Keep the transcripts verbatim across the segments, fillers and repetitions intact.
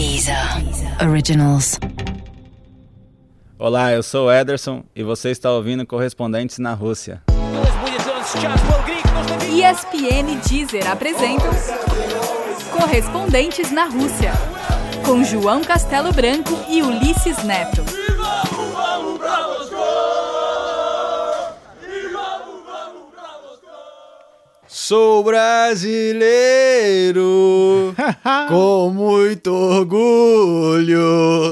Deezer Originals. Olá, eu sou o Ederson e você está ouvindo Correspondentes na Rússia. E S P N Deezer apresentam Correspondentes na Rússia, com João Castelo Branco e Ulisses Neto. Sou brasileiro com muito orgulho.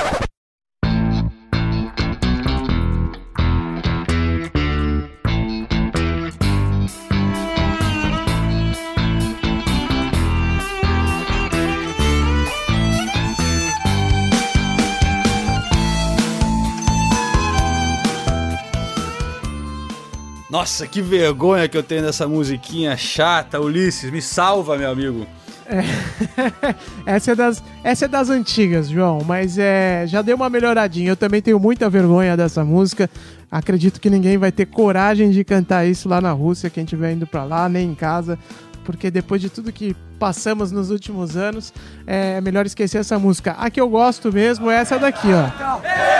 Nossa, que vergonha que eu tenho dessa musiquinha chata. Ulisses, me salva, meu amigo. É, essa, é das, essa é das antigas, João, mas é, já deu uma melhoradinha. Eu também tenho muita vergonha dessa música. Acredito que ninguém vai ter coragem de cantar isso lá na Rússia, quem estiver indo pra lá, nem em casa, porque depois de tudo que passamos nos últimos anos, é melhor esquecer essa música. A que eu gosto mesmo é essa daqui, ó.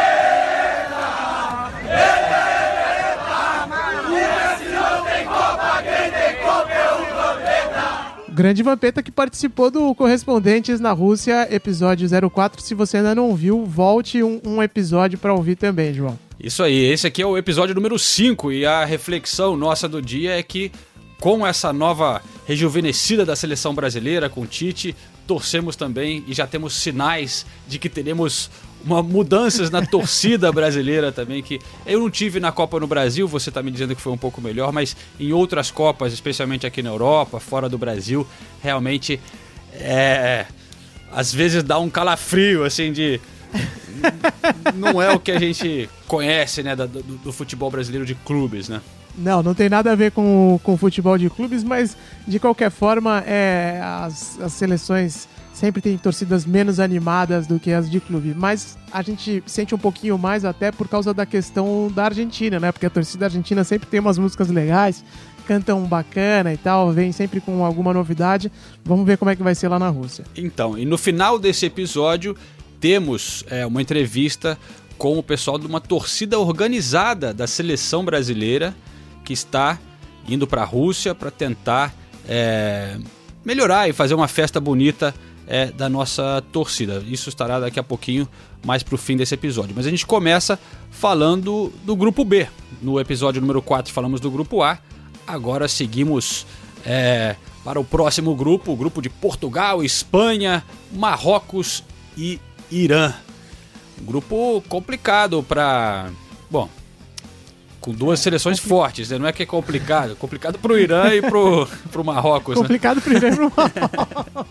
Grande Vampeta, que participou do Correspondentes na Rússia, episódio zero quatro. Se você ainda não viu, volte um, um episódio para ouvir também, João. Isso aí, esse aqui é o episódio número cinco e a reflexão nossa do dia é que, com essa nova rejuvenescida da seleção brasileira, com o Tite, torcemos também e já temos sinais de que teremos uma mudanças na torcida brasileira também, que eu não tive na Copa no Brasil, você está me dizendo que foi um pouco melhor, mas em outras Copas, especialmente aqui na Europa, fora do Brasil, realmente é, às vezes dá um calafrio, assim, de... não é o que a gente conhece, né, do, do futebol brasileiro de clubes, né? Não, não tem nada a ver com o futebol de clubes, mas de qualquer forma, é, as, as seleções sempre têm torcidas menos animadas do que as de clube, mas a gente sente um pouquinho mais até por causa da questão da Argentina, né? Porque a torcida argentina sempre tem umas músicas legais, cantam bacana e tal, vem sempre com alguma novidade. Vamos ver como é que vai ser lá na Rússia. Então, e no final desse episódio temos é, uma entrevista com o pessoal de uma torcida organizada da seleção brasileira que está indo para a Rússia para tentar é, melhorar e fazer uma festa bonita é, da nossa torcida. Isso estará daqui a pouquinho, mais para o fim desse episódio. Mas a gente começa falando do Grupo B. No episódio número quatro falamos do Grupo A. Agora seguimos é, para o próximo grupo, o grupo de Portugal, Espanha, Marrocos e Irã. Um grupo complicado para... Bom, com duas seleções fortes, né? Não é que é complicado. Complicado pro Irã e pro, pro Marrocos, complicado né? pro Irã e pro Marrocos.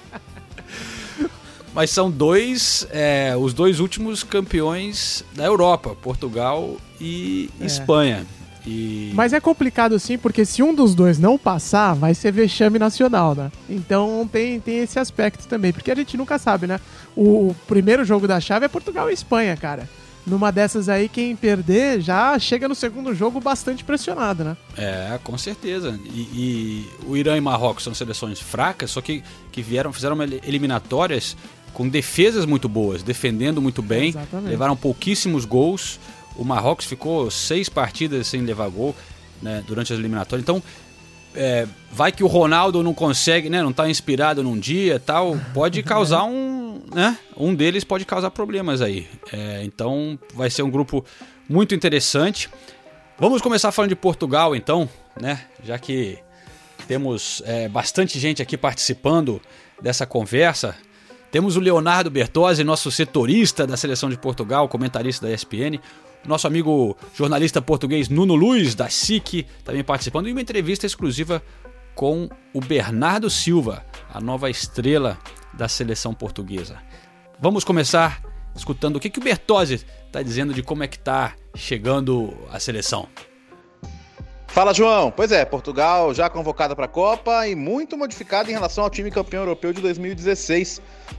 Mas são dois, é, os dois últimos campeões da Europa, Portugal e é. Espanha. E... Mas é complicado sim, porque se um dos dois não passar, vai ser vexame nacional, né? Então tem, tem esse aspecto também, porque a gente nunca sabe, né? O, o primeiro jogo da chave é Portugal e Espanha, cara. Numa dessas aí, quem perder já chega no segundo jogo bastante pressionado, né? É, com certeza. E, e o Irã e Marrocos são seleções fracas, só que, que vieram, fizeram eliminatórias com defesas muito boas, defendendo muito bem, exatamente. Levaram pouquíssimos gols. O Marrocos ficou seis partidas sem levar gol, né, durante as eliminatórias. Então, é, vai que o Ronaldo não consegue, né, não está inspirado num dia, tal, pode causar um, né, um deles pode causar problemas aí. É, então, vai ser um grupo muito interessante. Vamos começar falando de Portugal, então, né, já que temos é, bastante gente aqui participando dessa conversa. Temos o Leonardo Bertozzi, nosso setorista da Seleção de Portugal, comentarista da E S P N. Nosso amigo jornalista português Nuno Luiz, da S I C, também participando. E uma entrevista exclusiva com o Bernardo Silva, a nova estrela da seleção portuguesa. Vamos começar escutando o que, que o Bertozzi está dizendo de como é que está chegando a seleção. Fala, João. Pois é, Portugal já convocada para a Copa e muito modificada em relação ao time campeão europeu de dois mil e dezesseis.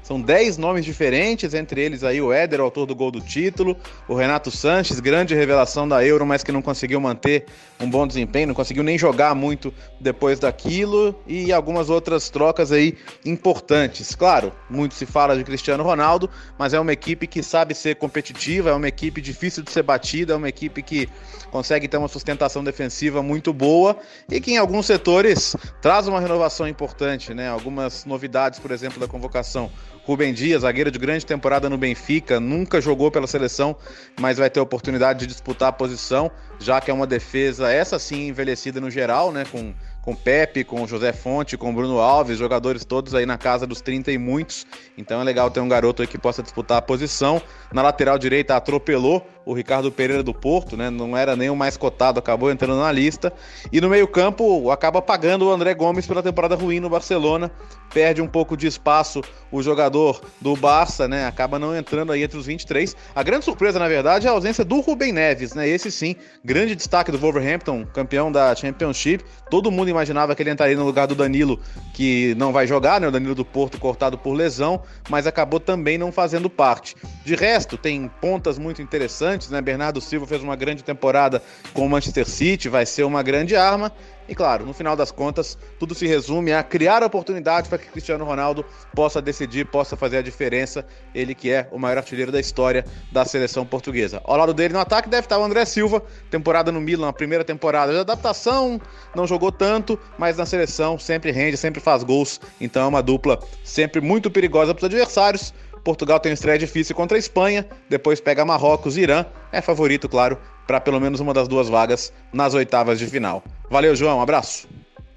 São dez nomes diferentes, entre eles aí o Éder, o autor do gol do título, o Renato Sanches, grande revelação da Euro, mas que não conseguiu manter um bom desempenho, não conseguiu nem jogar muito depois daquilo, e algumas outras trocas aí importantes. Claro, muito se fala de Cristiano Ronaldo, mas é uma equipe que sabe ser competitiva, é uma equipe difícil de ser batida, é uma equipe que consegue ter uma sustentação defensiva muito boa e que em alguns setores traz uma renovação importante, né? Algumas novidades, por exemplo, da convocação. Rubem Dias, zagueiro de grande temporada no Benfica, nunca jogou pela seleção, mas vai ter a oportunidade de disputar a posição, já que é uma defesa, essa sim, envelhecida no geral, né? Com com Pepe, com José Fonte, com Bruno Alves, jogadores todos aí na casa dos trinta e muitos, então é legal ter um garoto aí que possa disputar a posição. Na lateral direita atropelou o Ricardo Pereira do Porto, né? Não era nem o mais cotado, acabou entrando na lista, e no meio campo acaba pagando o André Gomes pela temporada ruim no Barcelona, perde um pouco de espaço o jogador do Barça, né? Acaba não entrando aí entre os vinte e três. A grande surpresa, na verdade, é a ausência do Rubem Neves, né? Esse sim, grande destaque do Wolverhampton, campeão da Championship. Todo mundo imaginava que ele entraria no lugar do Danilo, que não vai jogar, né? O Danilo do Porto cortado por lesão, mas acabou também não fazendo parte. De resto, tem pontas muito interessantes, né? Bernardo Silva fez uma grande temporada com o Manchester City, vai ser uma grande arma. E claro, no final das contas, tudo se resume a criar oportunidade para que Cristiano Ronaldo possa decidir, possa fazer a diferença, ele que é o maior artilheiro da história da seleção portuguesa. Ao lado dele no ataque deve estar o André Silva, temporada no Milan, a primeira temporada de adaptação, não jogou tanto, mas na seleção sempre rende, sempre faz gols, então é uma dupla sempre muito perigosa para os adversários. Portugal tem uma estreia difícil contra a Espanha, depois pega Marrocos e Irã, é favorito, claro, para pelo menos uma das duas vagas nas oitavas de final. Valeu, João, um abraço.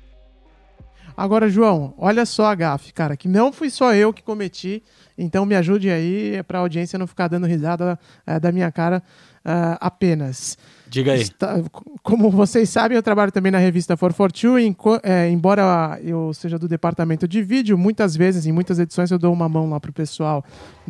Agora, João, olha só a gafe, cara, que não fui só eu que cometi, então me ajude aí para a audiência não ficar dando risada é, da minha cara uh, apenas. Diga aí. Está, como vocês sabem, eu trabalho também na revista quatrocentos e quarenta e dois, é, embora eu seja do departamento de vídeo, muitas vezes, em muitas edições, eu dou uma mão lá pro pessoal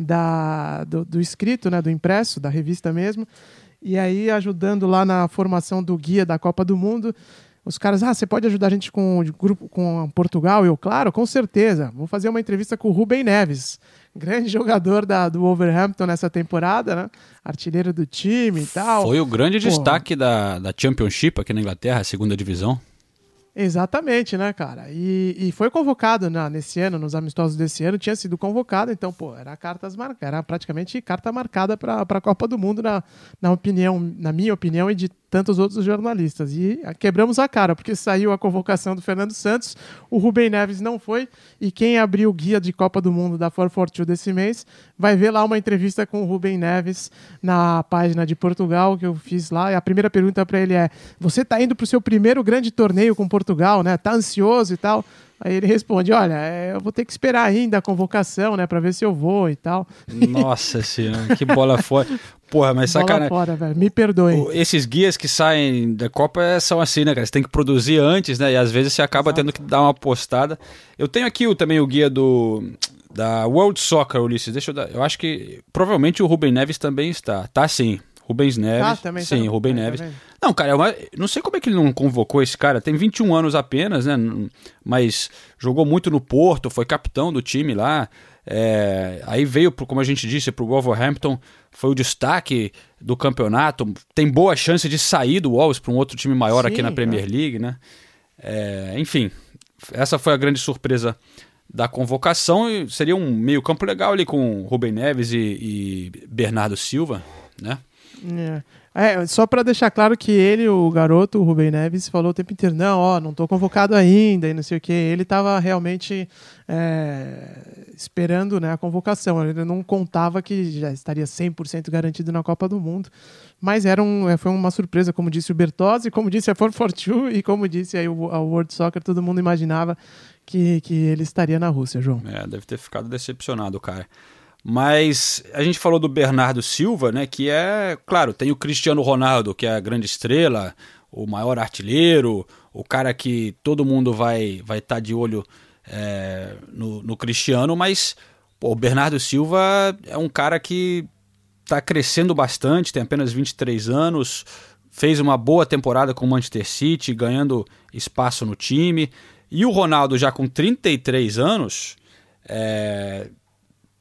da, do, do escrito, né, do impresso, da revista mesmo, e aí ajudando lá na formação do guia da Copa do Mundo. Os caras, ah, você pode ajudar a gente com o grupo com Portugal? Eu, claro, com certeza. Vou fazer uma entrevista com o Rubem Neves, grande jogador da, do Wolverhampton nessa temporada, né? Artilheiro do time e tal. Foi o grande Pô, destaque da, da Championship aqui na Inglaterra, a segunda divisão. Exatamente, né, cara? E, e foi convocado na, nesse ano, nos amistosos desse ano, tinha sido convocado, então, pô, era cartas marcadas, era praticamente carta marcada para a Copa do Mundo, na, na opinião, na minha opinião, e de tantos outros jornalistas. E quebramos a cara, porque saiu a convocação do Fernando Santos, o Rubem Neves não foi, e quem abriu o guia de Copa do Mundo da quatrocentos e quarenta e dois desse mês vai ver lá uma entrevista com o Rubem Neves na página de Portugal, que eu fiz lá, e a primeira pergunta para ele é: você tá indo pro seu primeiro grande torneio com Portugal, né? Tá ansioso e tal? Aí ele responde: olha, eu vou ter que esperar ainda a convocação, né, pra ver se eu vou e tal. Nossa senhora, que bola fora. Porra, mas sacanagem. Bola fora, velho. Me perdoe. Esses guias que saem da Copa são assim, né, cara? Você tem que produzir antes, né? E às vezes você acaba Exato. tendo que dar uma postada. Eu tenho aqui o, também o guia do da World Soccer, Ulisses. Deixa eu dar. Eu acho que provavelmente o Rubem Neves também está. Tá sim. Rubens Neves. Ah, também sim, tá, Rubem tá, Neves. Tá não, cara, eu não sei como é que ele não convocou esse cara. Tem vinte e um anos apenas, né? Mas jogou muito no Porto, foi capitão do time lá. É, aí veio, pro, como a gente disse, para o Wolverhampton, foi o destaque do campeonato. Tem boa chance de sair do Wolves para um outro time maior Sim, aqui na Premier é. League, né? É, enfim, essa foi a grande surpresa da convocação. E seria um meio campo legal ali com Rubem Neves e, e Bernardo Silva, né? É. É, só para deixar claro que ele, o garoto, o Rubem Neves, falou o tempo inteiro: não, ó, não tô convocado ainda e não sei o que. Ele tava realmente é, esperando, né, a convocação. Ele não contava que já estaria cem por cento garantido na Copa do Mundo. Mas era um, foi uma surpresa, como disse o Bertozzi, como disse a quatrocentos e quarenta e dois e como disse aí o, a World Soccer, todo mundo imaginava que, que ele estaria na Rússia, João. É, deve ter ficado decepcionado, cara. Mas a gente falou do Bernardo Silva, né, que é, claro, tem o Cristiano Ronaldo, que é a grande estrela, o maior artilheiro, o cara que todo mundo vai vai estar tá de olho é, no, no Cristiano, mas pô, o Bernardo Silva é um cara que está crescendo bastante, tem apenas vinte e três anos, fez uma boa temporada com o Manchester City, ganhando espaço no time, e o Ronaldo já com trinta e três anos... É,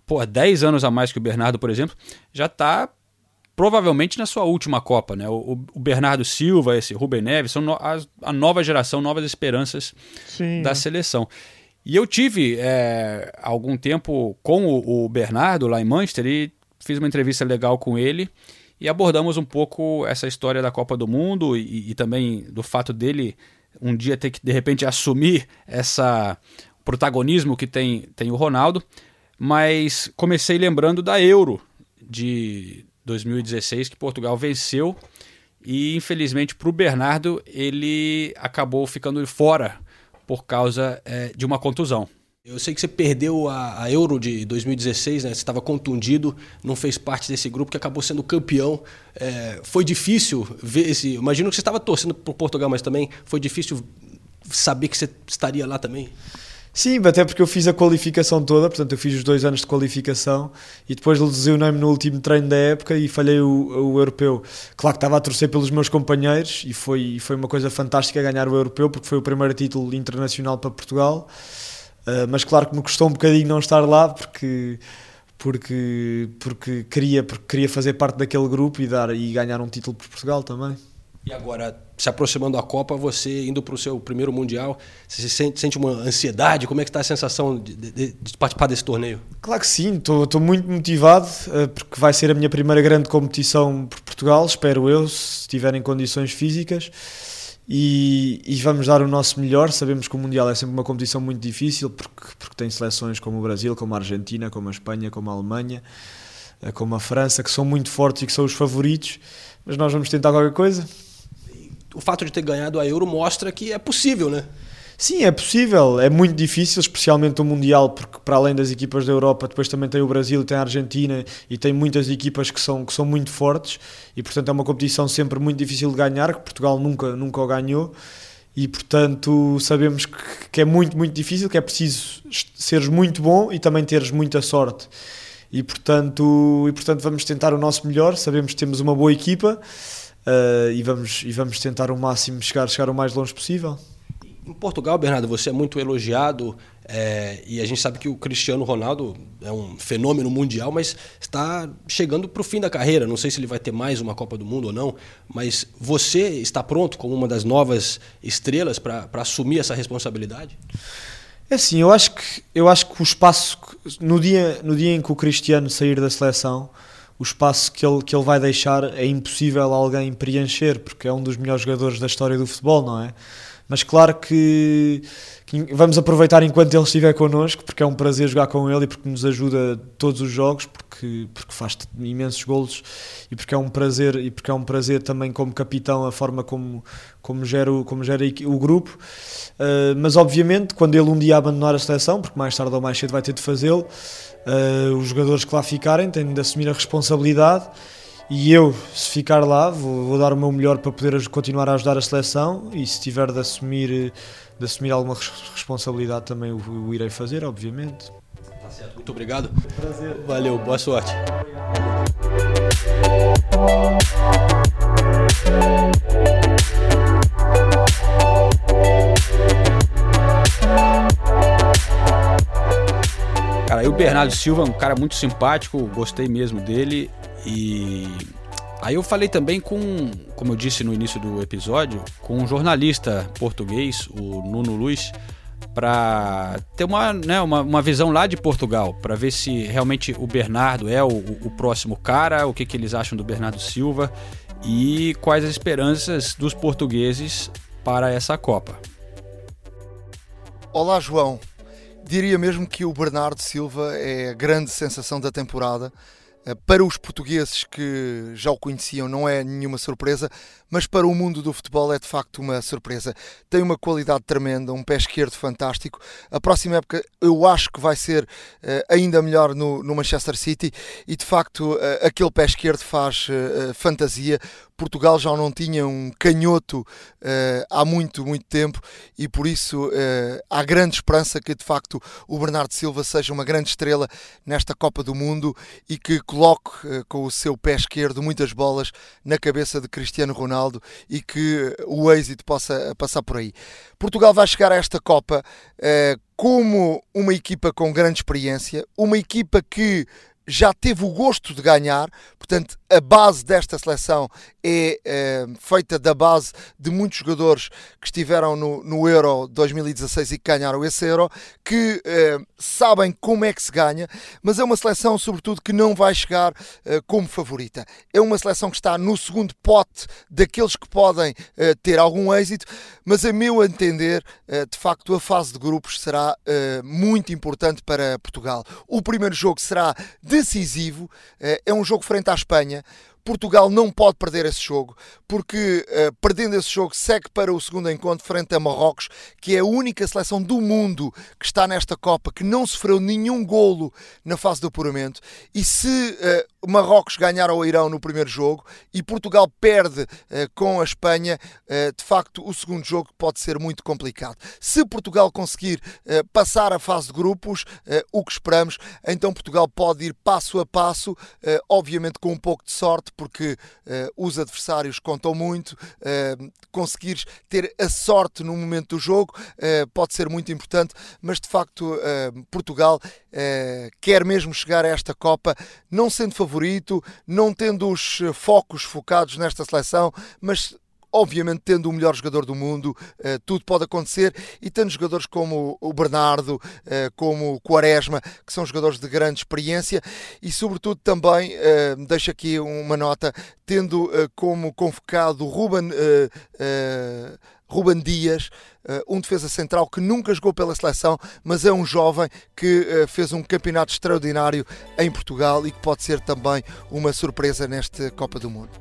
pô, dez anos a mais que o Bernardo, por exemplo, já está provavelmente na sua última Copa, né? O, o Bernardo Silva, esse Rubem Neves, são no, a, a nova geração, novas esperanças Sim, da é. seleção. E eu tive é, algum tempo com o, o Bernardo lá em Manchester e fiz uma entrevista legal com ele e abordamos um pouco essa história da Copa do Mundo e, e também do fato dele um dia ter que, de repente, assumir essa protagonismo que tem, tem o Ronaldo. Mas comecei lembrando da Euro de dois mil e dezesseis, que Portugal venceu, e infelizmente para o Bernardo ele acabou ficando fora por causa é, de uma contusão. Eu sei que você perdeu a, a Euro de dois mil e dezesseis, né? Você estava contundido, não fez parte desse grupo que acabou sendo campeão. É, foi difícil ver esse... Imagino que você estava torcendo por Portugal, mas também foi difícil saber que você estaria lá também. Sim, até porque eu fiz a qualificação toda, portanto eu fiz os dois anos de qualificação e depois lesionei-me no último treino da época e falhei o, o europeu. Claro que estava a torcer pelos meus companheiros e foi, foi uma coisa fantástica ganhar o europeu, porque foi o primeiro título internacional para Portugal, uh, mas claro que me custou um bocadinho não estar lá, porque... Porque, porque, queria, porque queria fazer parte daquele grupo e, dar, e ganhar um título por Portugal também. E agora, se aproximando da Copa, você indo para o seu primeiro Mundial, você sente, sente uma ansiedade? Como é que está a sensação de, de, de participar desse torneio? Claro que sim, estou muito motivado, porque vai ser a minha primeira grande competição por Portugal, espero eu, se tiverem condições físicas, e, e vamos dar o nosso melhor. Sabemos que o Mundial é sempre uma competição muito difícil, porque, porque tem seleções como o Brasil, como a Argentina, como a Espanha, como a Alemanha, como a França, que são muito fortes e que são os favoritos, mas nós vamos tentar qualquer coisa. O fato de ter ganhado a Euro mostra que é possível, né? Sim, é possível. É muito difícil, especialmente o Mundial, porque para além das equipas da Europa, depois também tem o Brasil, tem a Argentina e tem muitas equipas que são, que são muito fortes e, portanto, é uma competição sempre muito difícil de ganhar, que Portugal nunca, nunca o ganhou e, portanto, sabemos que, que é muito, muito difícil, que é preciso seres muito bom e também teres muita sorte. E, portanto, e, portanto vamos tentar o nosso melhor. Sabemos que temos uma boa equipa. Uh, e, vamos, e vamos tentar o máximo chegar, chegar o mais longe possível. Em Portugal, Bernardo, você é muito elogiado é, e a gente sabe que o Cristiano Ronaldo é um fenômeno mundial, mas está chegando para o fim da carreira. Não sei se ele vai ter mais uma Copa do Mundo ou não, mas você está pronto como uma das novas estrelas para assumir essa responsabilidade? É assim, eu acho que, eu acho que o espaço, no dia, no dia em que o Cristiano sair da seleção, o espaço que ele, que ele vai deixar é impossível alguém preencher, porque é um dos melhores jogadores da história do futebol, não é? Mas claro que, que vamos aproveitar enquanto ele estiver connosco, porque é um prazer jogar com ele e porque nos ajuda todos os jogos, porque, porque faz imensos golos e porque é um prazer, e porque é um prazer também como capitão a forma como, como, gera, o, como gera o grupo. Uh, mas obviamente quando ele um dia abandonar a seleção, porque mais tarde ou mais cedo vai ter de fazê-lo, Uh, os jogadores que lá ficarem têm de assumir a responsabilidade e eu, se ficar lá, vou, vou dar o meu melhor para poder continuar a ajudar a seleção e se tiver de assumir, de assumir alguma responsabilidade também o, o irei fazer, obviamente. Tá certo, muito obrigado. Prazer. Valeu, boa sorte. Cara, e o Bernardo Silva é um cara muito simpático, gostei mesmo dele. E aí eu falei também com, como eu disse no início do episódio, com um jornalista português, o Nuno Luiz, para ter uma, né, uma, uma visão lá de Portugal, para ver se realmente o Bernardo é o, o próximo cara, o que, que eles acham do Bernardo Silva e quais as esperanças dos portugueses para essa Copa. Olá, João. Diria mesmo que o Bernardo Silva é a grande sensação da temporada. Para os portugueses que já o conheciam não é nenhuma surpresa, mas para o mundo do futebol é de facto uma surpresa. Tem uma qualidade tremenda, um pé esquerdo fantástico. A próxima época eu acho que vai ser uh, ainda melhor no, no Manchester City e de facto uh, aquele pé esquerdo faz uh, fantasia, Portugal já não tinha um canhoto uh, há muito, muito tempo e por isso uh, há grande esperança que de facto o Bernardo Silva seja uma grande estrela nesta Copa do Mundo e que coloque uh, com o seu pé esquerdo muitas bolas na cabeça de Cristiano Ronaldo e que uh, o êxito possa passar por aí. Portugal vai chegar a esta Copa uh, como uma equipa com grande experiência, uma equipa que já teve o gosto de ganhar, portanto a base desta seleção é, é feita da base de muitos jogadores que estiveram no, no Euro dois mil e dezasseis e que ganharam esse Euro, que é, sabem como é que se ganha, mas é uma seleção sobretudo que não vai chegar é, como favorita. É uma seleção que está no segundo pote daqueles que podem é, ter algum êxito, mas a meu entender, é, de facto a fase de grupos será é, muito importante para Portugal. O primeiro jogo será de decisivo, é um jogo frente à Espanha. Portugal não pode perder esse jogo, porque uh, perdendo esse jogo segue para o segundo encontro frente a Marrocos, que é a única seleção do mundo que está nesta Copa, que não sofreu nenhum golo na fase de apuramento, e se uh, Marrocos ganhar ao Irão no primeiro jogo e Portugal perde uh, com a Espanha, uh, de facto o segundo jogo pode ser muito complicado. Se Portugal conseguir uh, passar a fase de grupos, uh, o que esperamos, então Portugal pode ir passo a passo, uh, obviamente com um pouco de sorte, porque uh, os adversários contam muito, uh, conseguires ter a sorte no momento do jogo uh, pode ser muito importante, mas de facto uh, Portugal uh, quer mesmo chegar a esta Copa, não sendo favorito, não tendo os focos focados nesta seleção, mas obviamente tendo o melhor jogador do mundo, uh, tudo pode acontecer, e tendo jogadores como o Bernardo, uh, como o Quaresma, que são jogadores de grande experiência, e sobretudo também, uh, deixo aqui uma nota, tendo uh, como convocado o Ruben, uh, uh, Ruben Dias, uh, um defesa central que nunca jogou pela seleção, mas é um jovem que uh, fez um campeonato extraordinário em Portugal e que pode ser também uma surpresa nesta Copa do Mundo.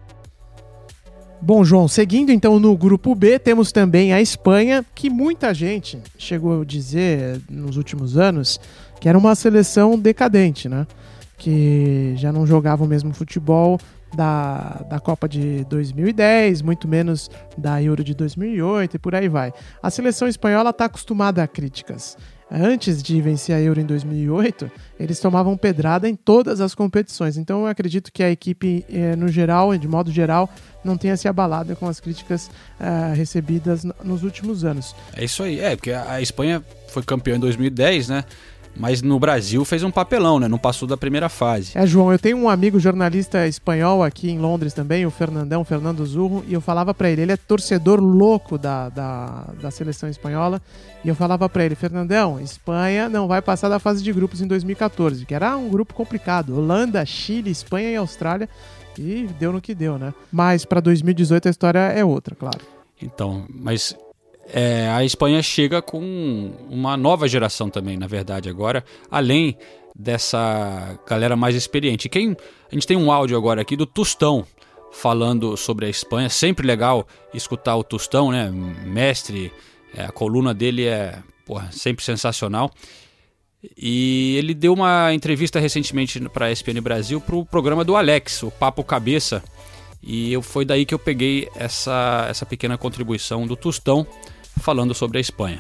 Bom, João, seguindo então no grupo B, temos também a Espanha, que muita gente chegou a dizer nos últimos anos que era uma seleção decadente, né? Que já não jogava o mesmo futebol da, da Copa de dois mil e dez, muito menos da Euro de dois mil e oito e por aí vai. A seleção espanhola está acostumada a críticas. Antes de vencer a Euro em dois mil e oito, eles tomavam pedrada em todas as competições. Então eu acredito que a equipe, no geral, de modo geral, não tenha se abalado com as críticas uh, recebidas nos últimos anos. É isso aí, é, porque a Espanha foi campeã em dois mil e dez, né? Mas no Brasil fez um papelão, né? Não passou da primeira fase. É, João, eu tenho um amigo jornalista espanhol aqui em Londres também, o Fernandão, Fernando Zurro, e eu falava pra ele, ele é torcedor louco da, da, da seleção espanhola, e eu falava pra ele, Fernandão, Espanha não vai passar da fase de grupos em dois mil e catorze, que era um grupo complicado, Holanda, Chile, Espanha e Austrália, e deu no que deu, né? Mas pra dois mil e dezoito a história é outra, claro. Então, mas... É, a Espanha chega com uma nova geração também, na verdade, agora, além dessa galera mais experiente. Quem, a gente tem um áudio agora aqui do Tostão falando sobre a Espanha, sempre legal escutar o Tostão, né? Mestre, é, a coluna dele é porra, sempre sensacional. E ele deu uma entrevista recentemente para a E S P N Brasil para o programa do Alex, o Papo Cabeça, e eu, foi daí que eu peguei essa, essa pequena contribuição do Tostão falando sobre a Espanha.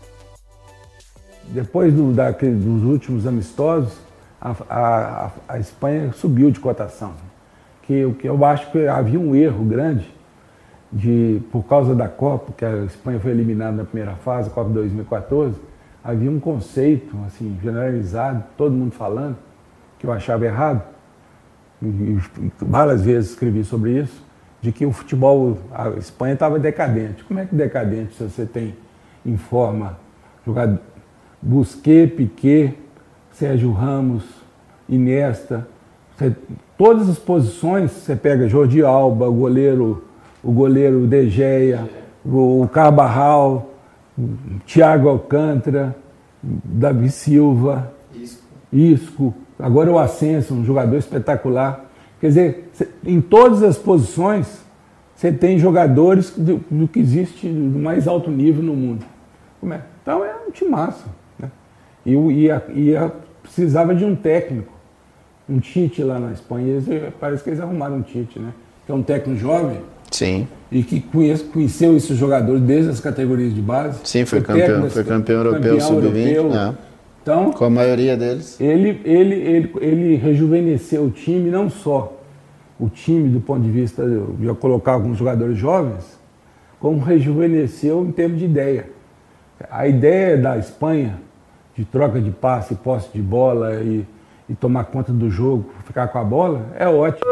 Depois do, daquele, dos últimos amistosos, a, a, a Espanha subiu de cotação. Que, que eu acho que havia um erro grande de, por causa da Copa, que a Espanha foi eliminada na primeira fase, a Copa dois mil e catorze, havia um conceito assim, generalizado, todo mundo falando, que eu achava errado, e, e várias vezes escrevi sobre isso, de que o futebol, a Espanha estava decadente. Como é que decadente se você tem em forma jogador Busquets, Piqué, Sérgio Ramos, Iniesta, você, todas as posições, você pega Jordi Alba, o goleiro, o goleiro De Gea, o Carvajal, o Thiago Alcântara, Davi Silva, Isco. Isco, agora o Ascenso, um jogador espetacular. Quer dizer, em todas as posições, você tem jogadores do, do que existe do mais alto nível no mundo. Como é? Então é um timaço. Né? E, e, a, e a, precisava de um técnico, um Tite lá na Espanha. Eles, parece que eles arrumaram um Tite, né? que é um técnico jovem. Sim. E que conhece, conheceu esses jogadores desde as categorias de base. Sim, foi, foi campeão, foi campeão europeu, sub vinte. É. Então, com a maioria deles. Ele, ele, ele, ele rejuvenesceu o time, não só o time do ponto de vista de eu colocar alguns jogadores jovens, como rejuvenesceu em termos de ideia. A ideia da Espanha, de troca de passe, posse de bola e, e tomar conta do jogo, ficar com a bola, é ótimo.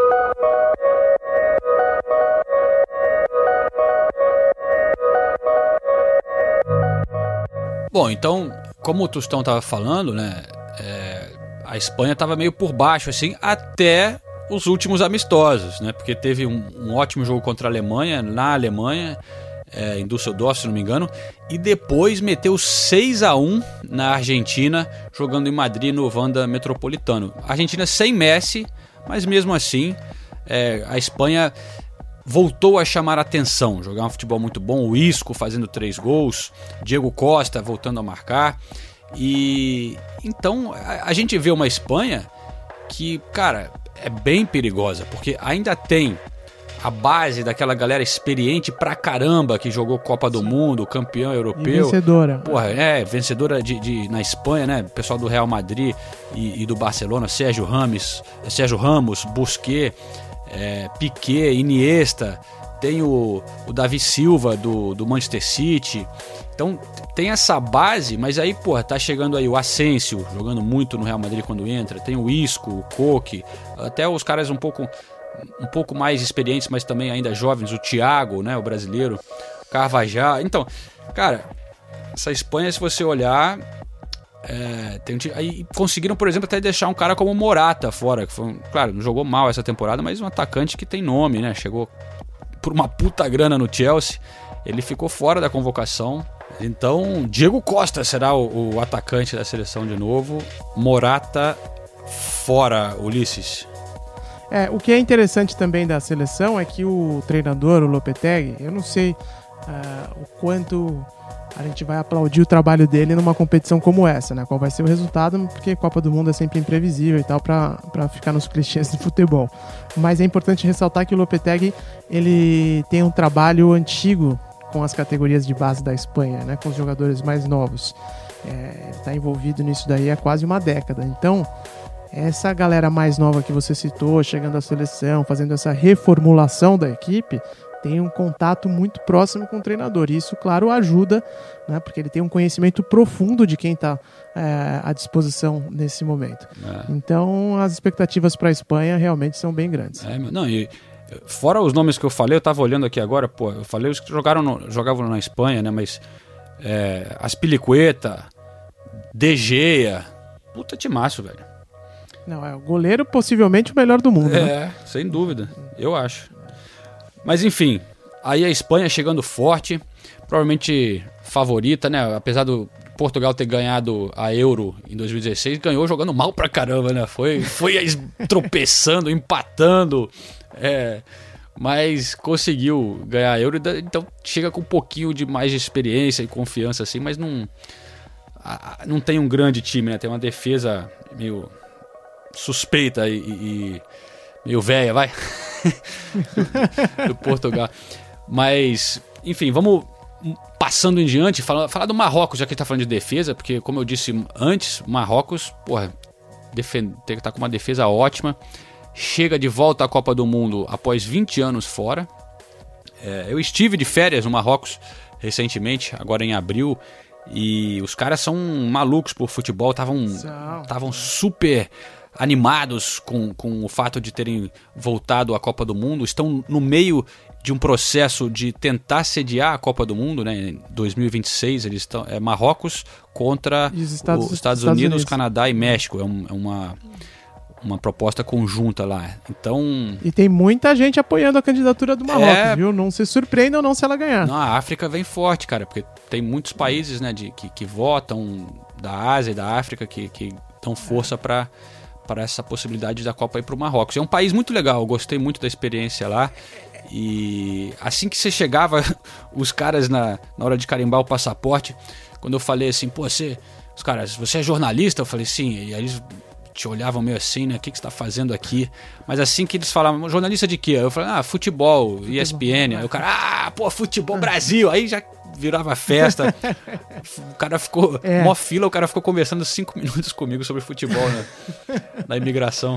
Bom, então, como o Tostão estava falando, né, é, a Espanha estava meio por baixo, assim, até os últimos amistosos, né, porque teve um, um ótimo jogo contra a Alemanha, na Alemanha, é, em Düsseldorf, se não me engano, e depois meteu seis a um na Argentina, jogando em Madrid, no Wanda Metropolitano. A Argentina sem Messi, mas mesmo assim, é, a Espanha voltou a chamar a atenção, jogar um futebol muito bom, o Isco fazendo três gols, Diego Costa voltando a marcar, e então a, a gente vê uma Espanha que, cara, é bem perigosa, porque ainda tem a base daquela galera experiente pra caramba que jogou Copa do Mundo, campeão europeu. E vencedora. Porra, é, vencedora de, de, na Espanha, né? Pessoal do Real Madrid e, e do Barcelona, Sérgio Ramos, Sérgio Ramos, Busquets, É, Piquet, Iniesta, tem o, o Davi Silva do, do Manchester City. Então tem essa base, mas aí, porra, tá chegando aí o Asensio, jogando muito no Real Madrid quando entra, tem o Isco, o Koke, até os caras um pouco, um pouco mais experientes, mas também ainda jovens, o Thiago, né, o brasileiro, Carvajal. Então, cara, essa Espanha, se você olhar, É, tem um time, aí conseguiram, por exemplo, até deixar um cara como o Morata fora, que foi, claro, não jogou mal essa temporada, mas um atacante que tem nome, né? Chegou por uma puta grana no Chelsea, ele ficou fora da convocação. Então, Diego Costa será o, o atacante da seleção de novo, Morata fora, Ulisses. É, o que é interessante também da seleção é que o treinador, o Lopetegui, eu não sei uh, o quanto a gente vai aplaudir o trabalho dele numa competição como essa, né? Qual vai ser o resultado, porque Copa do Mundo é sempre imprevisível e tal, pra, pra ficar nos clichês do futebol. Mas é importante ressaltar que o Lopetegui, ele tem um trabalho antigo com as categorias de base da Espanha, né? Com os jogadores mais novos. É, ele tá envolvido nisso daí há quase uma década. Então, essa galera mais nova que você citou, chegando à seleção, fazendo essa reformulação da equipe, tem um contato muito próximo com o treinador. E isso, claro, ajuda, né, porque ele tem um conhecimento profundo de quem está é, à disposição nesse momento. É. Então, as expectativas para a Espanha realmente são bem grandes. É, não, e fora os nomes que eu falei, eu estava olhando aqui agora, pô, eu falei os que jogaram no, jogavam na Espanha, né, mas é, Azpilicueta, De Gea, puta timaço, velho. Não, é o goleiro possivelmente o melhor do mundo. É, né? Sem dúvida, eu acho. Mas enfim, aí a Espanha chegando forte, provavelmente favorita, né? Apesar do Portugal ter ganhado a Euro em dois mil e dezesseis, ganhou jogando mal pra caramba, né? Foi, foi tropeçando, empatando, é, mas conseguiu ganhar a Euro, então chega com um pouquinho de mais de experiência e confiança, assim, mas não, não tem um grande time, né? Tem uma defesa meio suspeita e, e meio velha, vai... do Portugal. Mas, enfim, vamos passando em diante, falar, falar do Marrocos, já que a gente tá falando de defesa, porque, como eu disse antes, o Marrocos, porra, defende, tem que estar com uma defesa ótima, chega de volta à Copa do Mundo após vinte anos fora. É, eu estive de férias no Marrocos recentemente, agora em abril, e os caras são malucos por futebol, estavam estavam super animados com, com o fato de terem voltado à Copa do Mundo, estão no meio de um processo de tentar sediar a Copa do Mundo, né? Em dois mil e vinte e seis, eles estão, é Marrocos contra os Estados, os Estados, Estados Unidos, Unidos, Canadá e México, é, um, é uma, uma proposta conjunta lá. Então... E tem muita gente apoiando a candidatura do Marrocos, é... viu? Não se surpreendam não se ela ganhar. Não, a África vem forte, cara, porque tem muitos países, né, de, que, que votam da Ásia e da África que, que dão força para para essa possibilidade da Copa ir para o Marrocos. É um país muito legal, eu gostei muito da experiência lá. E assim que você chegava, os caras na, na hora de carimbar o passaporte, quando eu falei assim, pô, você, os caras, você é jornalista? Eu falei, sim. E aí eles te olhavam meio assim, né? O que, que você tá fazendo aqui? Mas assim que eles falavam, jornalista de quê? Eu falava, ah, futebol, E S P N. Aí o cara, ah, pô, futebol Brasil. Aí já virava festa. O cara ficou, é. mó fila, o cara ficou conversando cinco minutos comigo sobre futebol, né? Na imigração.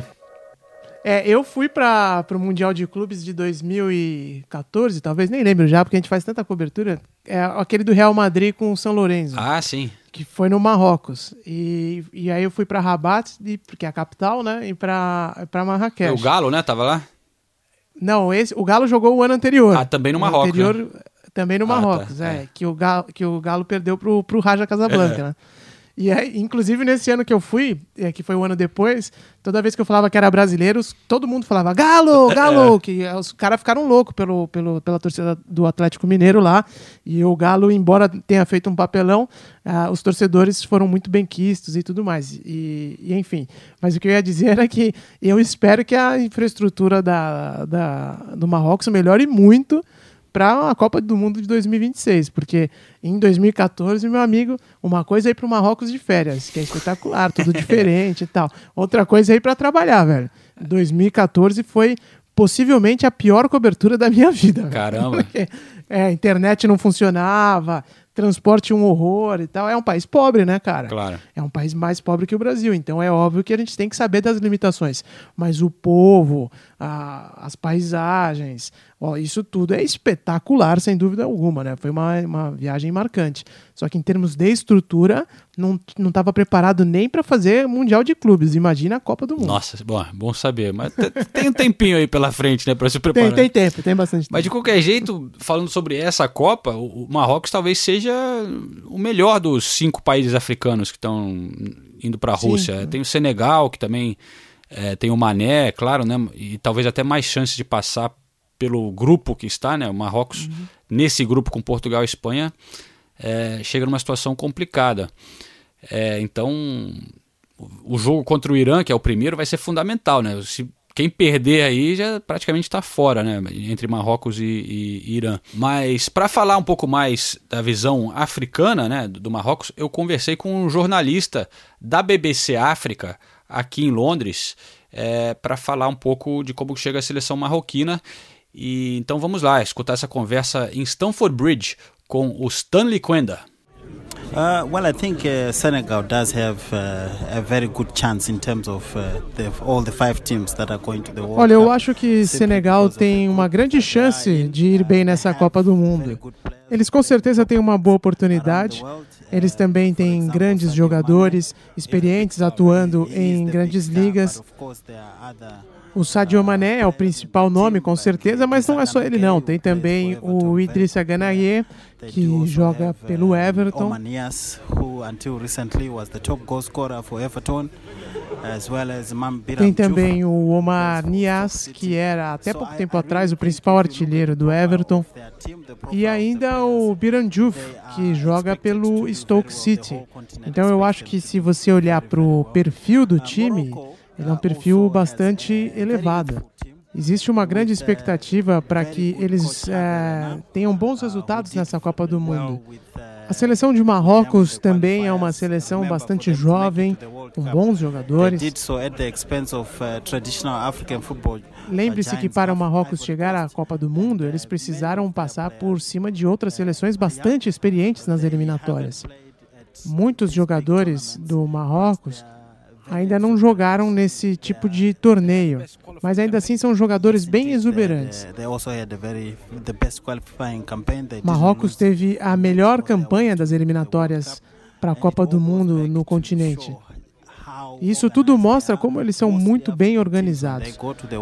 É, eu fui para o Mundial de Clubes de dois mil e quatorze, talvez, nem lembro já, porque a gente faz tanta cobertura. É aquele do Real Madrid com o São Lourenço. Ah, sim. Que foi no Marrocos. E, e aí eu fui para Rabat, que é a capital, né? E para Marrakech. O Galo, né? Tava lá? Não, esse, o Galo jogou o ano anterior. Ah, também no Marrocos. Anterior, né? Também no Marrocos, ah, tá. é, é. Que o Galo, que o Galo perdeu pro, pro Raja Casablanca, é. né? E aí, inclusive, nesse ano que eu fui, é, que foi um ano depois, toda vez que eu falava que era brasileiros, todo mundo falava Galo, Galo, que os caras ficaram loucos pelo, pelo, pela torcida do Atlético Mineiro lá, e o Galo, embora tenha feito um papelão, ah, os torcedores foram muito benquistos e tudo mais, e, e enfim. Mas o que eu ia dizer era que eu espero que a infraestrutura da, da, do Marrocos melhore muito para a Copa do Mundo de dois mil e vinte e seis, porque em dois mil e quatorze, meu amigo, uma coisa é ir para o Marrocos de férias, que é espetacular, tudo diferente e tal. Outra coisa é ir para trabalhar, velho. dois mil e quatorze foi possivelmente a pior cobertura da minha vida. Caramba! Porque, é, a internet não funcionava, transporte um horror e tal. É um país pobre, né, cara? Claro. É um país mais pobre que o Brasil, então é óbvio que a gente tem que saber das limitações. Mas o povo, a, as paisagens, ó, isso tudo é espetacular, sem dúvida alguma, né? Foi uma, uma viagem marcante. Só que em termos de estrutura, não estava preparado nem para fazer Mundial de Clubes. Imagina a Copa do Mundo. Nossa, bom, bom saber. Mas tem um tempinho aí pela frente, né, para se preparar. Tem, tem tempo, tem bastante tempo. Mas de qualquer jeito, falando sobre essa Copa, o Marrocos talvez seja o melhor dos cinco países africanos que estão indo para a Rússia. Sim. Tem o Senegal, que também é, tem o Mané, claro, né? E talvez até mais chances de passar pelo grupo que está, né? O Marrocos, uhum. nesse grupo com Portugal e Espanha, é, chega numa situação complicada. É, então, o jogo contra o Irã, que é o primeiro, vai ser fundamental, né? Se quem perder aí já praticamente está fora, né? Entre Marrocos e, e, e Irã. Mas para falar um pouco mais da visão africana, né, do Marrocos, eu conversei com um jornalista da B B C África, aqui em Londres, é, para falar um pouco de como chega a seleção marroquina. E então vamos lá, escutar essa conversa em Stamford Bridge com o Stanley Quenda. Uh, well, I think uh, Senegal does have uh, a very good chance in terms of uh, the, all the five teams that are going to the World Cup. Olha, eu acho que Senegal tem uma grande chance de ir bem nessa Copa do Mundo. Eles com certeza têm uma boa oportunidade. Eles também têm grandes jogadores, experientes, atuando em grandes ligas. O Sadio Mané é o principal nome, com certeza, mas não é só ele não. Tem também o Idrissa Ganaye, que joga pelo Everton. Tem também o Omar Niasse, que era até pouco tempo atrás o principal artilheiro do Everton. E ainda o Biran Diouf, que joga pelo Stoke City. Então eu acho que se você olhar para o perfil do time, ele é um perfil bastante elevado. Existe uma grande expectativa para que eles é, tenham bons resultados nessa Copa do Mundo. A seleção de Marrocos também é uma seleção bastante jovem, com bons jogadores. Lembre-se que para o Marrocos chegar à Copa do Mundo, eles precisaram passar por cima de outras seleções bastante experientes nas eliminatórias. Muitos jogadores do Marrocos ainda não jogaram nesse tipo de torneio, mas ainda assim são jogadores bem exuberantes. Marrocos teve a melhor campanha das eliminatórias para a Copa do Mundo no continente. E isso tudo mostra como eles são muito bem organizados.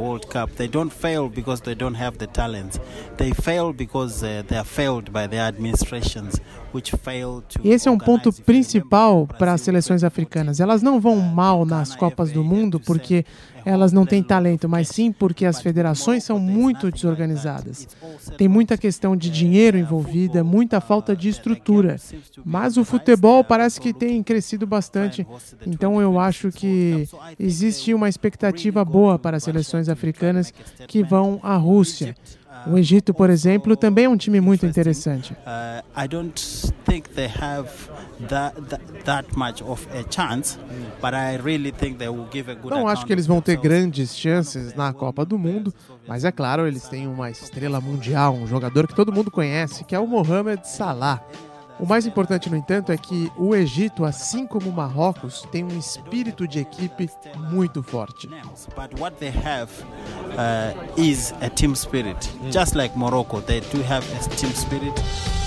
E esse é um ponto principal para as seleções africanas. Elas não vão mal nas Copas do Mundo porque elas não têm talento, mas sim porque as federações são muito desorganizadas. Tem muita questão de dinheiro envolvida, muita falta de estrutura. Mas o futebol parece que tem crescido bastante, então eu acho que existe uma expectativa boa para as seleções africanas que vão à Rússia. O Egito, por exemplo, também é um time muito interessante. Uh, I don't think they have that, that, that much of a chance, but I really think they will give a good. Não acho que eles vão ter grandes chances na Copa do Mundo, mas é claro, eles têm uma estrela mundial, um jogador que todo mundo conhece, que é o Mohamed Salah. O mais importante, no entanto, é que o Egito, assim como o Marrocos, tem um espírito de equipe muito forte. But what they have uh, is a team spirit. Just like Morocco, they do have a team spirit.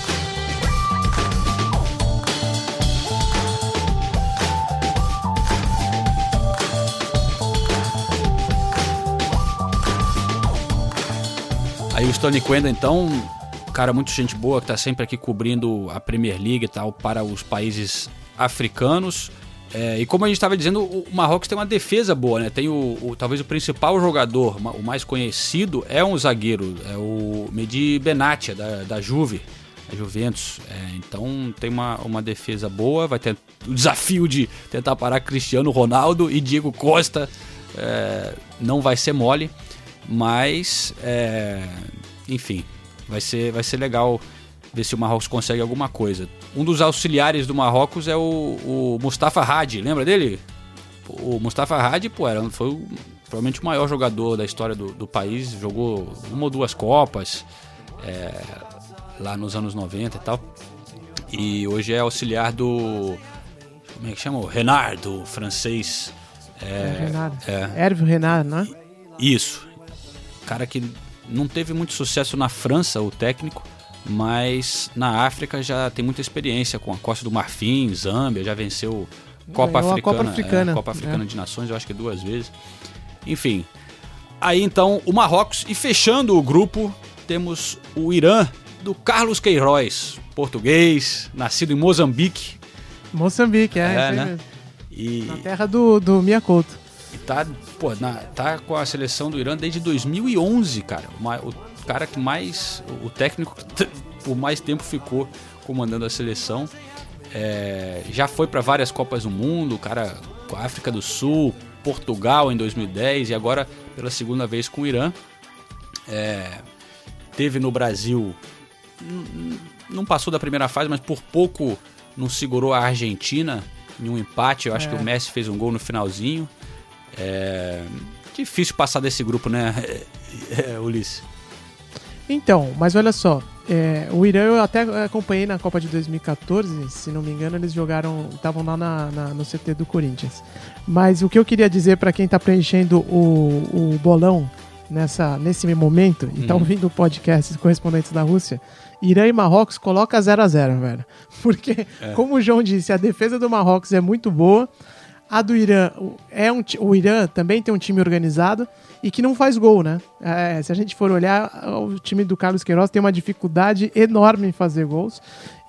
Aí o Stone Quenda, então, cara muito gente boa, que está sempre aqui cobrindo a Premier League e tal para os países africanos. É, e como a gente estava dizendo, o Marrocos tem uma defesa boa, né? Tem o, o talvez o principal jogador, o mais conhecido, é um zagueiro, é o Mehdi Benatia, da, da Juve, da Juventus. É, então tem uma, uma defesa boa, vai ter o desafio de tentar parar Cristiano Ronaldo e Diego Costa. É, não vai ser mole, mas, é, enfim... Vai ser, vai ser legal ver se o Marrocos consegue alguma coisa. Um dos auxiliares do Marrocos é o, o Mustafa Hadi, lembra dele? O Mustafa Hadi, pô, era, foi o, provavelmente o maior jogador da história do, do país, jogou uma ou duas Copas é, lá nos anos noventa e tal. E hoje é auxiliar do... Como é que chama? O Renard, do francês. É, Renard. É. Hervé Renard, né? Isso. Cara que... Não teve muito sucesso na França, o técnico, mas na África já tem muita experiência com a Costa do Marfim, Zâmbia, já venceu Copa Africana, Copa Africana, é, Copa Africana é. de Nações, eu acho que duas vezes. Enfim, aí então o Marrocos, e fechando o grupo, temos o Irã, do Carlos Queiroz, português, nascido em Moçambique. Moçambique, é, é isso né? mesmo. E... Na terra do, do Miyakoto. E tá, pô, na, tá com a seleção do Irã desde dois mil e onze, cara. O, o cara que mais... O técnico que por mais tempo ficou comandando a seleção. É, já foi para várias Copas do Mundo, o cara com a África do Sul, Portugal em dois mil e dez e agora pela segunda vez com o Irã. É, teve no Brasil... Não passou da primeira fase, mas por pouco não segurou a Argentina em um empate. Eu acho é. que o Messi fez um gol no finalzinho. É difícil passar desse grupo, né, é, Ulisses? Então, mas olha só, é, o Irã eu até acompanhei na Copa de dois mil e catorze, se não me engano eles jogaram, estavam lá na, na, no C T do Corinthians. Mas o que eu queria dizer para quem está preenchendo o, o bolão nessa, nesse momento e está uhum. ouvindo o podcast dos Correspondentes da Rússia, Irã e Marrocos coloca zero a zero, velho. Porque, é. como o João disse, a defesa do Marrocos é muito boa. A do Irã, é um, o Irã também tem um time organizado e que não faz gol, né? É, se a gente for olhar, o time do Carlos Queiroz tem uma dificuldade enorme em fazer gols.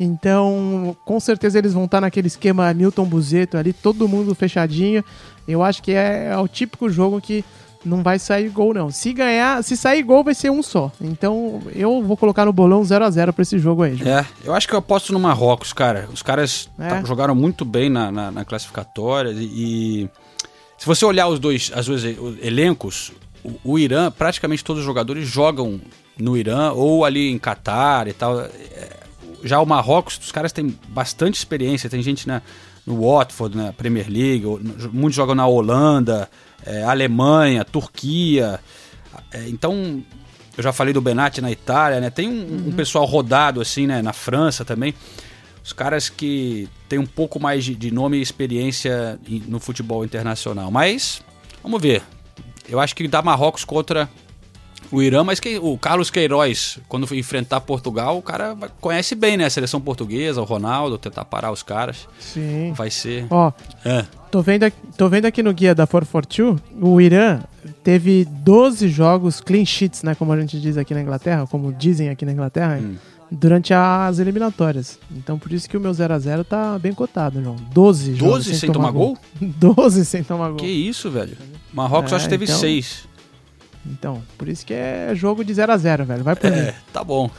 Então, com certeza eles vão estar naquele esquema Milton Buzeto ali, todo mundo fechadinho. Eu acho que é, é o típico jogo que não vai sair gol, não. Se ganhar, se sair gol, vai ser um só. Então, eu vou colocar no bolão zero a zero pra esse jogo aí. João. É, eu acho que eu aposto no Marrocos, cara. Os caras é. tá, jogaram muito bem na, na, na classificatória e, e se você olhar os dois, as dois elencos, o, o Irã, praticamente todos os jogadores jogam no Irã ou ali em Catar e tal. Já o Marrocos, os caras têm bastante experiência. Tem gente na, no Watford, na Premier League, muitos jogam na Holanda, É, Alemanha, Turquia. É, então, eu já falei do Benatia na Itália, né? Tem um, uhum. um pessoal rodado assim, né? Na França também. Os caras que têm um pouco mais de, de nome e experiência no futebol internacional. Mas, vamos ver. Eu acho que dá Marrocos contra o Irã, mas que, o Carlos Queiroz, quando foi enfrentar Portugal, o cara conhece bem, né? A seleção portuguesa, o Ronaldo, tentar parar os caras. Sim. Vai ser... Ó, é. tô, vendo aqui, tô vendo aqui no guia da quatrocentos e quarenta e dois, o Irã teve doze jogos clean sheets, né? Como a gente diz aqui na Inglaterra, como dizem aqui na Inglaterra, hum. durante as eliminatórias. Então, por isso que o meu zero a zero tá bem cotado, João. doze jogos doze sem, sem tomar gol? gol? doze sem tomar gol. Que isso, velho? Marrocos é, acho que teve então... seis. Então, por isso que é jogo de zero a zero, velho. Vai por mim. É, tá bom.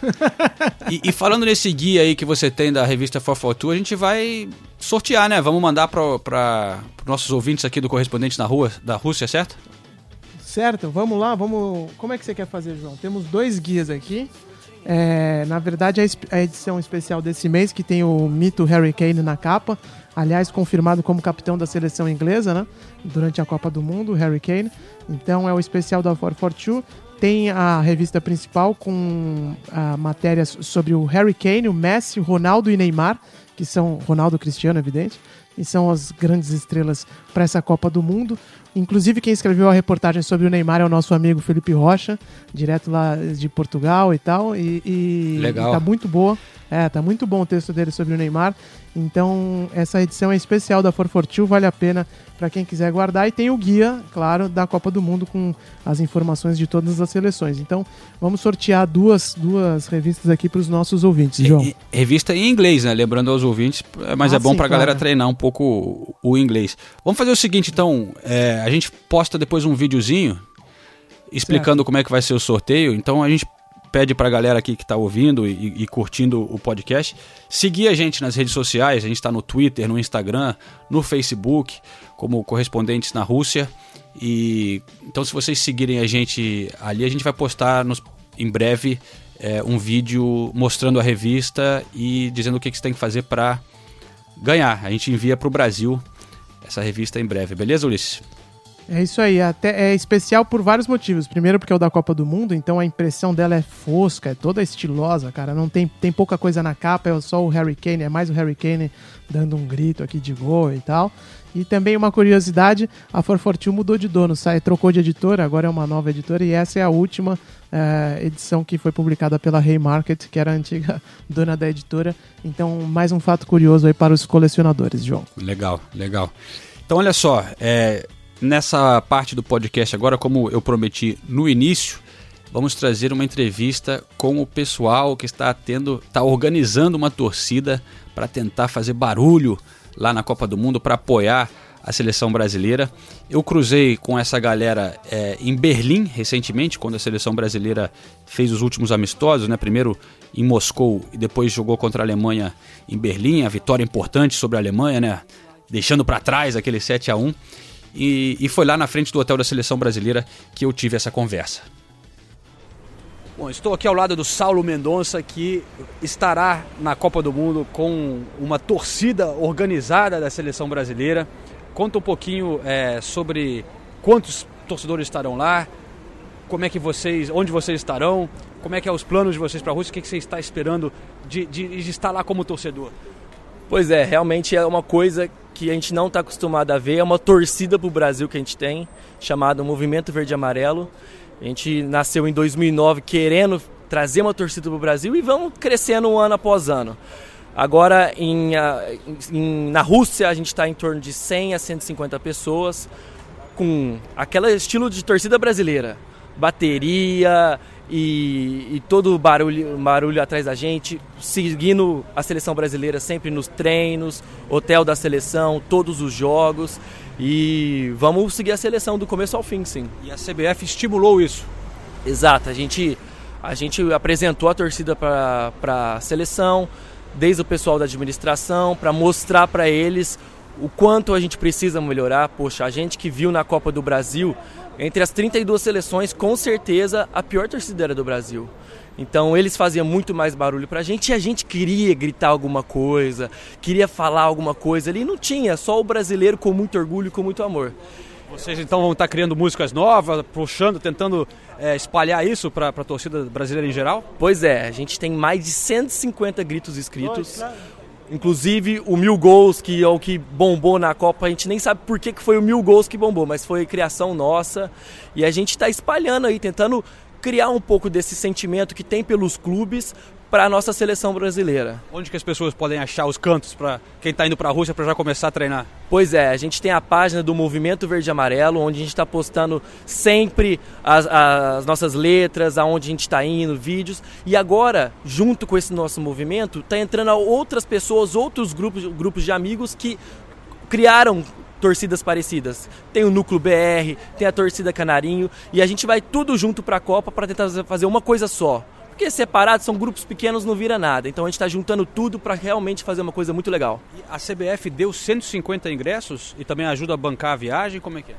e, e falando nesse guia aí que você tem da revista quatrocentos e quarenta e dois, a gente vai sortear, né? Vamos mandar para os nossos ouvintes aqui do Correspondente na Rua, da Rússia, certo? Certo, vamos lá, vamos... Como é que você quer fazer, João? Temos dois guias aqui. É, na verdade, a edição especial desse mês, que tem o mito Harry Kane na capa. Aliás, confirmado como capitão da seleção inglesa, né? Durante a Copa do Mundo, Harry Kane. Então é o especial da quatrocentos e quarenta e dois. Tem a revista principal com a, matérias sobre o Harry Kane, o Messi, o Ronaldo e Neymar, que são Ronaldo Cristiano, evidente, e são as grandes estrelas para essa Copa do Mundo. Inclusive, quem escreveu a reportagem sobre o Neymar é o nosso amigo Felipe Rocha, direto lá de Portugal e tal. E, e, Legal. E tá muito boa. É, tá muito bom o texto dele sobre o Neymar. Então, essa edição é especial da quatrocentos e quarenta e dois, vale a pena para quem quiser guardar. E tem o guia, claro, da Copa do Mundo com as informações de todas as seleções. Então, vamos sortear duas, duas revistas aqui para os nossos ouvintes, João. E, e, revista em inglês, né? Lembrando aos ouvintes, mas ah, é bom para a claro. galera treinar um pouco o, o inglês. Vamos fazer o seguinte, então, é, a gente posta depois um videozinho explicando certo. Como é que vai ser o sorteio. Então, a gente pede pra galera aqui que tá ouvindo e, e curtindo o podcast, seguir a gente nas redes sociais. A gente tá no Twitter, no Instagram, no Facebook, como Correspondentes na Rússia. E então, se vocês seguirem a gente ali, a gente vai postar nos, em breve é, um vídeo mostrando a revista e dizendo o que, que você tem que fazer para ganhar. A gente envia pro Brasil essa revista em breve. Beleza, Ulisses? É isso aí, até é especial por vários motivos. Primeiro porque é o da Copa do Mundo, então a impressão dela é fosca, é toda estilosa, cara. Não tem, tem pouca coisa na capa, é só o Harry Kane, é mais o Harry Kane dando um grito aqui de gol e tal. E também uma curiosidade, a quatrocentos e quarenta e dois mudou de dono, sai, trocou de editora, agora é uma nova editora e essa é a última é, edição que foi publicada pela Haymarket, que era a antiga dona da editora. Então, mais um fato curioso aí para os colecionadores, João. Legal, legal. Então, olha só, é... nessa parte do podcast agora, como eu prometi no início, vamos trazer uma entrevista com o pessoal que está tendo, está organizando uma torcida para tentar fazer barulho lá na Copa do Mundo, para apoiar a seleção brasileira. Eu cruzei com essa galera é, em Berlim recentemente, quando a seleção brasileira fez os últimos amistosos, né? Primeiro em Moscou e depois jogou contra a Alemanha em Berlim, a vitória importante sobre a Alemanha, né? Deixando para trás aquele sete a um. E, e foi lá na frente do hotel da seleção brasileira que eu tive essa conversa. Bom, estou aqui ao lado do Saulo Mendonça, que estará na Copa do Mundo com uma torcida organizada da seleção brasileira. Conta um pouquinho é, sobre quantos torcedores estarão lá, como é que vocês, onde vocês estarão, como é que é os planos de vocês para a Rússia, o que, que você está esperando de, de, de estar lá como torcedor? Pois é, realmente é uma coisa que a gente não está acostumado a ver, é uma torcida para o Brasil que a gente tem, chamada Movimento Verde e Amarelo. A gente nasceu em dois mil e nove querendo trazer uma torcida para o Brasil e vamos crescendo ano após ano. Agora, em, em, na Rússia, a gente está em torno de cem a cento e cinquenta pessoas, com aquele estilo de torcida brasileira, bateria e, e todo o barulho, barulho atrás da gente, seguindo a seleção brasileira sempre nos treinos, hotel da seleção, todos os jogos, e vamos seguir a seleção do começo ao fim, sim. E a C B F estimulou isso? Exato, a gente, a gente apresentou a torcida para a seleção, desde o pessoal da administração, para mostrar para eles o quanto a gente precisa melhorar. Poxa, a gente que viu na Copa do Brasil, entre as trinta e duas seleções, com certeza a pior torcida era do Brasil. Então eles faziam muito mais barulho pra gente e a gente queria gritar alguma coisa, queria falar alguma coisa ali, não tinha, só o brasileiro com muito orgulho e com muito amor. Vocês então vão estar criando músicas novas, puxando, tentando é, espalhar isso para a torcida brasileira em geral? Pois é, a gente tem mais de cento e cinquenta gritos escritos. Inclusive o Mil Gols, que é o que bombou na Copa, a gente nem sabe por que foi o Mil Gols que bombou, mas foi criação nossa. E a gente está espalhando aí, tentando criar um pouco desse sentimento que tem pelos clubes para a nossa seleção brasileira. Onde que as pessoas podem achar os cantos para quem está indo para a Rússia para já começar a treinar? Pois é, a gente tem a página do Movimento Verde e Amarelo, onde a gente está postando sempre as, as nossas letras, aonde a gente está indo, vídeos. E agora, junto com esse nosso movimento, está entrando outras pessoas, outros grupos, grupos de amigos que criaram torcidas parecidas. Tem o Núcleo B R, tem a torcida Canarinho, e a gente vai tudo junto para a Copa para tentar fazer uma coisa só. Porque separados, são grupos pequenos, não vira nada. Então a gente está juntando tudo para realmente fazer uma coisa muito legal. E a C B F deu cento e cinquenta ingressos e também ajuda a bancar a viagem? Como é que é?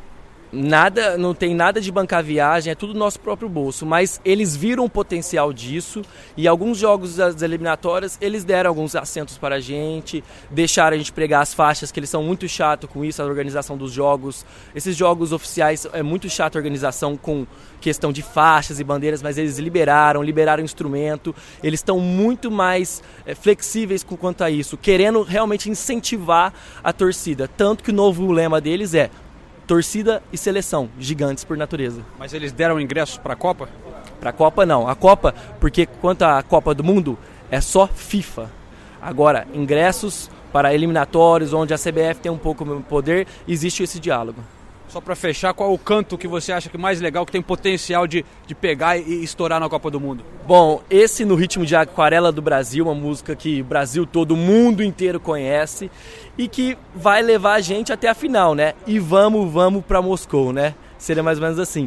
Nada, não tem nada de bancar viagem, é tudo nosso próprio bolso, mas eles viram o potencial disso e alguns jogos das eliminatórias eles deram alguns assentos para a gente, deixaram a gente pregar as faixas, que eles são muito chato com isso, a organização dos jogos. Esses jogos oficiais é muito chato a organização com questão de faixas e bandeiras, mas eles liberaram, liberaram instrumento, eles estão muito mais é, flexíveis quanto a isso, querendo realmente incentivar a torcida, tanto que o novo lema deles é torcida e seleção, gigantes por natureza. Mas eles deram ingressos para a Copa? Para a Copa não. A Copa, porque quanto à Copa do Mundo, é só FIFA. Agora, ingressos para eliminatórios, onde a C B F tem um pouco de poder, existe esse diálogo. Só para fechar, qual é o canto que você acha que é mais legal, que tem potencial de, de pegar e estourar na Copa do Mundo? Bom, esse No Ritmo de Aquarela do Brasil, uma música que o Brasil todo, o mundo inteiro conhece e que vai levar a gente até a final, né? E vamos, vamos para Moscou, né? Seria mais ou menos assim.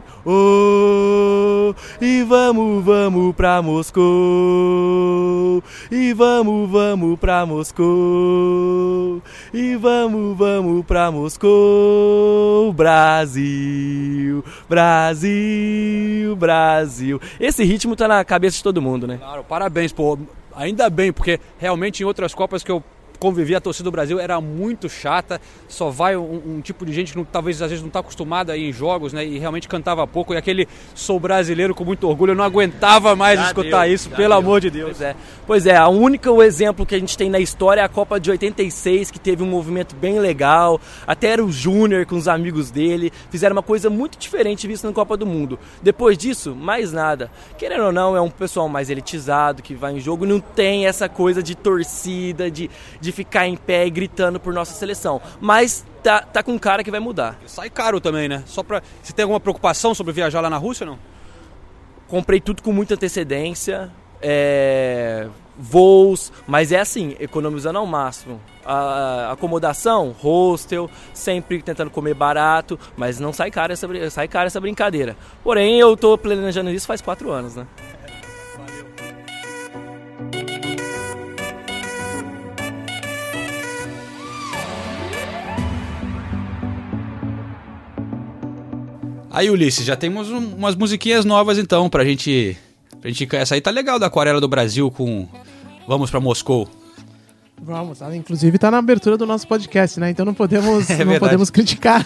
Oh, e vamos, vamos pra Moscou. E vamos, vamos pra Moscou. E vamos, vamos pra Moscou. Brasil, Brasil, Brasil. Esse ritmo tá na cabeça de todo mundo, né? Claro, parabéns, pô. Ainda bem, porque realmente em outras Copas que eu convivi, a torcida do Brasil era muito chata, só vai um, um tipo de gente que não, talvez às vezes não está acostumada a ir em jogos, né, e realmente cantava pouco, e aquele sou brasileiro com muito orgulho, eu não aguentava mais já escutar deu, isso, pelo deu. amor de Deus. Pois é, pois é, a única o exemplo que a gente tem na história é a Copa de oitenta e seis, que teve um movimento bem legal, até era o Júnior com os amigos dele, fizeram uma coisa muito diferente vista na Copa do Mundo. Depois disso, mais nada. Querendo ou não, é um pessoal mais elitizado, que vai em jogo, não tem essa coisa de torcida, de, de ficar em pé e gritando por nossa seleção. Mas tá, tá com cara que vai mudar. Sai caro também, né? Só pra... Você tem alguma preocupação sobre viajar lá na Rússia ou não? Comprei tudo com muita antecedência, é... voos, mas é assim, economizando ao máximo. A acomodação, hostel, sempre tentando comer barato, mas não sai caro essa, sai caro essa brincadeira. Porém, eu tô planejando isso faz quatro anos, né? Aí, Ulisses, já temos um, umas musiquinhas novas então pra gente, pra gente... Essa aí tá legal, da Aquarela do Brasil com Vamos pra Moscou. Vamos, inclusive tá na abertura do nosso podcast, né? Então não podemos, é não podemos criticar.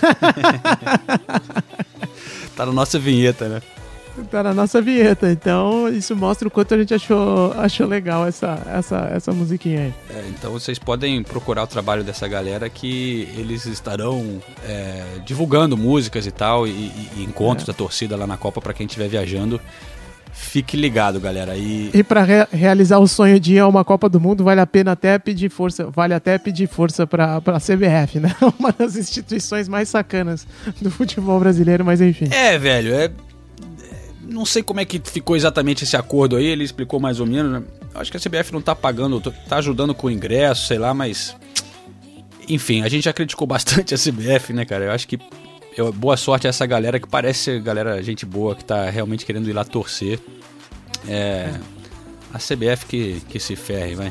Tá na nossa vinheta, né? Tá na nossa vinheta, então isso mostra o quanto a gente achou, achou legal essa, essa, essa musiquinha aí. É, então vocês podem procurar o trabalho dessa galera, que eles estarão é, divulgando músicas e tal, e, e encontros é. da torcida lá na Copa para quem estiver viajando. Fique ligado, galera. E, e para re- realizar o sonho de ir a uma Copa do Mundo, vale a pena até pedir força, vale até pedir força para a C B F, né? Uma das instituições mais sacanas do futebol brasileiro, mas enfim. É, velho, é... Não sei como é que ficou exatamente esse acordo aí, ele explicou mais ou menos, né? Acho que a C B F não tá pagando, tá ajudando com o ingresso, sei lá, mas... Enfim, a gente já criticou bastante a C B F, né, cara? Eu acho que eu, boa sorte a essa galera, que parece ser galera, gente boa, que tá realmente querendo ir lá torcer. É... A C B F que, que se ferre, vai.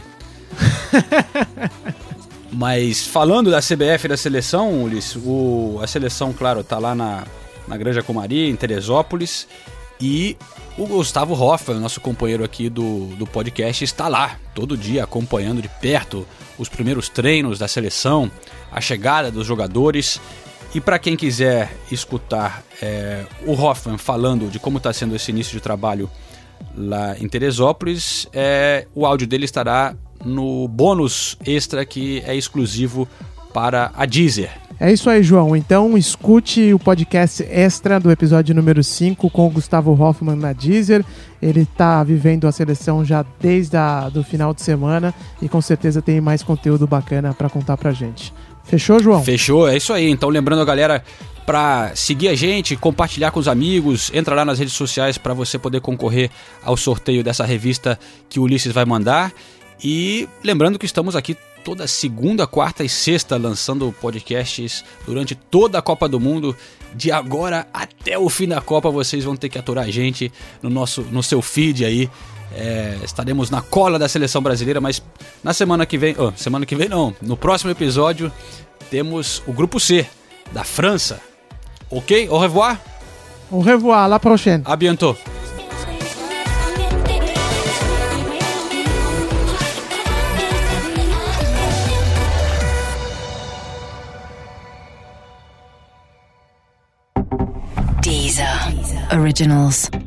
Mas falando da C B F e da seleção, Ulisses, o, a seleção, claro, tá lá na, na Granja Comari, em Teresópolis, e o Gustavo Hoffmann, nosso companheiro aqui do, do podcast, está lá todo dia acompanhando de perto os primeiros treinos da seleção, a chegada dos jogadores. E para quem quiser escutar é, o Hoffmann falando de como está sendo esse início de trabalho lá em Teresópolis, é, o áudio dele estará no bônus extra, que é exclusivo para a Deezer. É isso aí, João. Então escute o podcast extra do episódio número cinco com o Gustavo Hoffmann na Deezer. Ele está vivendo a seleção já desde o final de semana e com certeza tem mais conteúdo bacana para contar pra gente. Fechou, João? Fechou, é isso aí. Então lembrando a galera para seguir a gente, compartilhar com os amigos, entra lá nas redes sociais para você poder concorrer ao sorteio dessa revista que o Ulisses vai mandar. E lembrando que estamos aqui toda segunda, quarta e sexta lançando podcasts durante toda a Copa do Mundo. De agora até o fim da Copa vocês vão ter que aturar a gente no, nosso, no seu feed aí. É, estaremos na cola da seleção brasileira, mas na semana que vem, oh, semana que vem não, no próximo episódio temos o Grupo C da França, Ok, au revoir. Au revoir, à la prochaine. À bientôt. Deezer Originals.